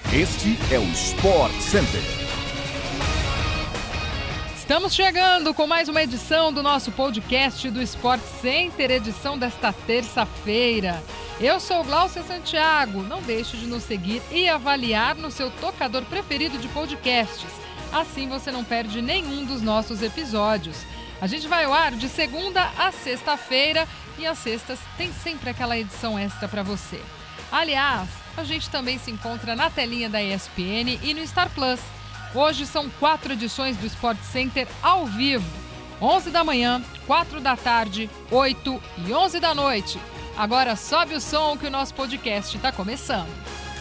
Este é o Sport Center. Estamos chegando com mais uma edição do nosso podcast do Sport Center, edição desta terça-feira. Eu sou Gláucia Santiago. Não deixe de nos seguir e avaliar no seu tocador preferido de podcasts. Assim você não perde nenhum dos nossos episódios. A gente vai ao ar de segunda a sexta-feira e às sextas tem sempre aquela edição extra para você. Aliás, a gente também se encontra na telinha da ESPN e no Star Plus. Hoje são 4 edições do Sport Center ao vivo. 11 da manhã, 4 da tarde, 8 e 11 da noite. Agora sobe o som que o nosso podcast está começando.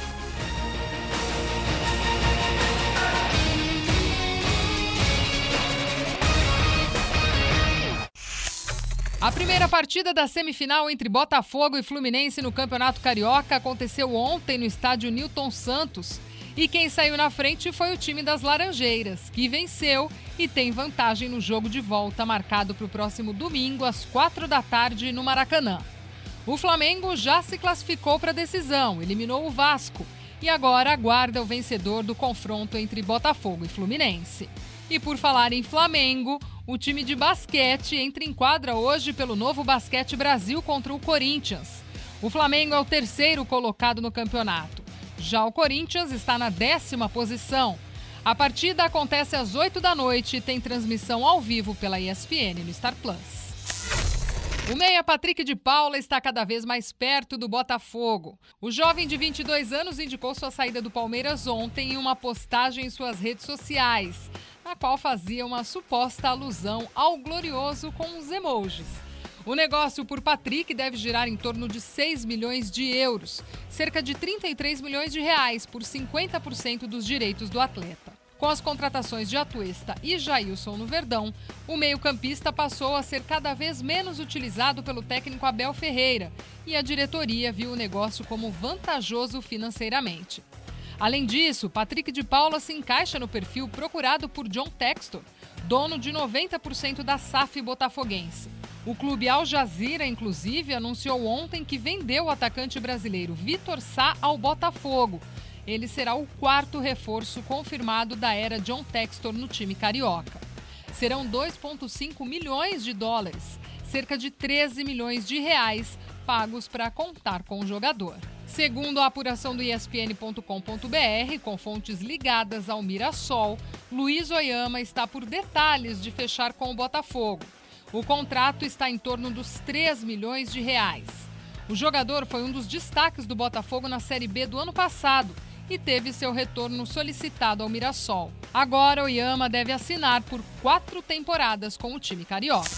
A primeira partida da semifinal entre Botafogo e Fluminense no Campeonato Carioca aconteceu ontem no estádio Newton Santos. E quem saiu na frente foi o time das Laranjeiras, que venceu e tem vantagem no jogo de volta marcado para o próximo domingo às 4 da tarde no Maracanã. O Flamengo já se classificou para a decisão, eliminou o Vasco e agora aguarda o vencedor do confronto entre Botafogo e Fluminense. E por falar em Flamengo, o time de basquete entra em quadra hoje pelo Novo Basquete Brasil contra o Corinthians. O Flamengo é o terceiro colocado no campeonato. Já o Corinthians está na 10ª posição. A partida acontece às 8 da noite e tem transmissão ao vivo pela ESPN no Star Plus. O meia Patrick de Paula está cada vez mais perto do Botafogo. O jovem de 22 anos indicou sua saída do Palmeiras ontem em uma postagem em suas redes sociais, na qual fazia uma suposta alusão ao glorioso com os emojis. O negócio por Patrick deve girar em torno de 6 milhões de euros, cerca de 33 milhões de reais por 50% dos direitos do atleta. Com as contratações de Atuesta e Jailson no Verdão, o meio-campista passou a ser cada vez menos utilizado pelo técnico Abel Ferreira e a diretoria viu o negócio como vantajoso financeiramente. Além disso, Patrick de Paula se encaixa no perfil procurado por John Textor, dono de 90% da SAF botafoguense. O clube Al Jazeera, inclusive, anunciou ontem que vendeu o atacante brasileiro Vitor Sá ao Botafogo. Ele será o 4º reforço confirmado da era John Textor no time carioca. Serão 2,5 milhões de dólares, cerca de 13 milhões de reais, pagos para contar com o jogador. Segundo a apuração do ESPN.com.br, com fontes ligadas ao Mirassol, Luiz Oyama está por detalhes de fechar com o Botafogo. O contrato está em torno dos 3 milhões de reais. O jogador foi um dos destaques do Botafogo na Série B do ano passado e teve seu retorno solicitado ao Mirassol. Agora, Oyama deve assinar por 4 temporadas com o time carioca.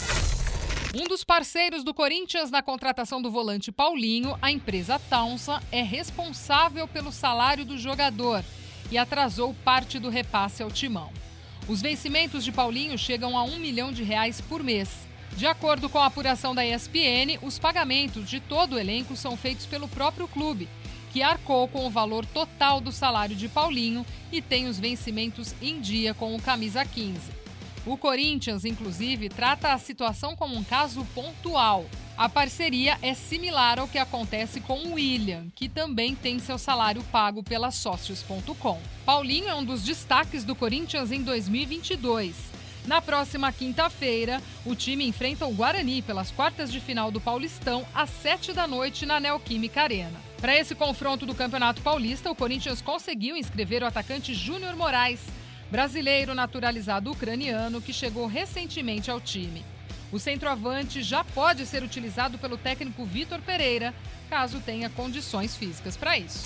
Um dos parceiros do Corinthians na contratação do volante Paulinho, a empresa Taunsa, é responsável pelo salário do jogador e atrasou parte do repasse ao timão. Os vencimentos de Paulinho chegam a 1 milhão de reais por mês. De acordo com a apuração da ESPN, os pagamentos de todo o elenco são feitos pelo próprio clube, que arcou com o valor total do salário de Paulinho e tem os vencimentos em dia com o camisa 15. O Corinthians, inclusive, trata a situação como um caso pontual. A parceria é similar ao que acontece com o William, que também tem seu salário pago pela Sócios.com. Paulinho é um dos destaques do Corinthians em 2022. Na próxima quinta-feira, o time enfrenta o Guarani pelas quartas de final do Paulistão às 7 da noite na Neoquímica Arena. Para esse confronto do Campeonato Paulista, o Corinthians conseguiu inscrever o atacante Júnior Moraes, brasileiro naturalizado ucraniano que chegou recentemente ao time. O centroavante já pode ser utilizado pelo técnico Vitor Pereira, caso tenha condições físicas para isso.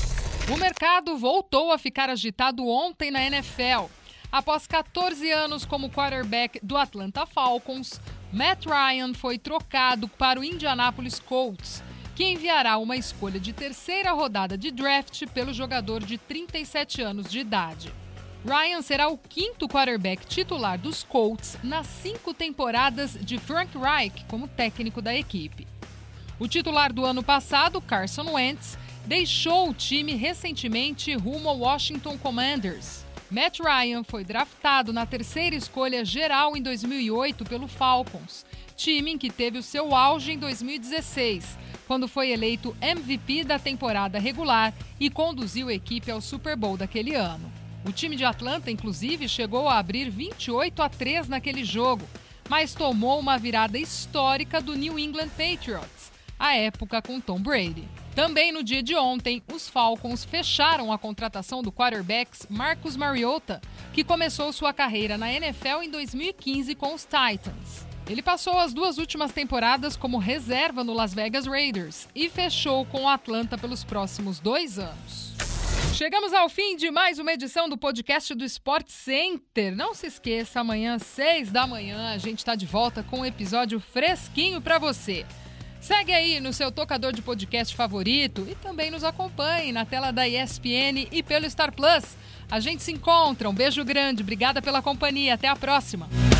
O mercado voltou a ficar agitado ontem na NFL. Após 14 anos como quarterback do Atlanta Falcons, Matt Ryan foi trocado para o Indianapolis Colts, que enviará uma escolha de 3ª rodada de draft pelo jogador de 37 anos de idade. Ryan será o 5º quarterback titular dos Colts nas 5 temporadas de Frank Reich como técnico da equipe. O titular do ano passado, Carson Wentz, deixou o time recentemente rumo ao Washington Commanders. Matt Ryan foi draftado na 3ª escolha geral em 2008 pelo Falcons, time em que teve o seu auge em 2016, quando foi eleito MVP da temporada regular e conduziu a equipe ao Super Bowl daquele ano. O time de Atlanta, inclusive, chegou a abrir 28-3 naquele jogo, mas tomou uma virada histórica do New England Patriots, à época com Tom Brady. Também no dia de ontem, os Falcons fecharam a contratação do quarterback Marcus Mariota, que começou sua carreira na NFL em 2015 com os Titans. Ele passou as 2 últimas temporadas como reserva no Las Vegas Raiders e fechou com o Atlanta pelos próximos 2 anos. Chegamos ao fim de mais uma edição do podcast do Sport Center. Não se esqueça, amanhã, 6 da manhã, a gente está de volta com um episódio fresquinho para você. Segue aí no seu tocador de podcast favorito e também nos acompanhe na tela da ESPN e pelo Star Plus. A gente se encontra. Um beijo grande, obrigada pela companhia. Até a próxima.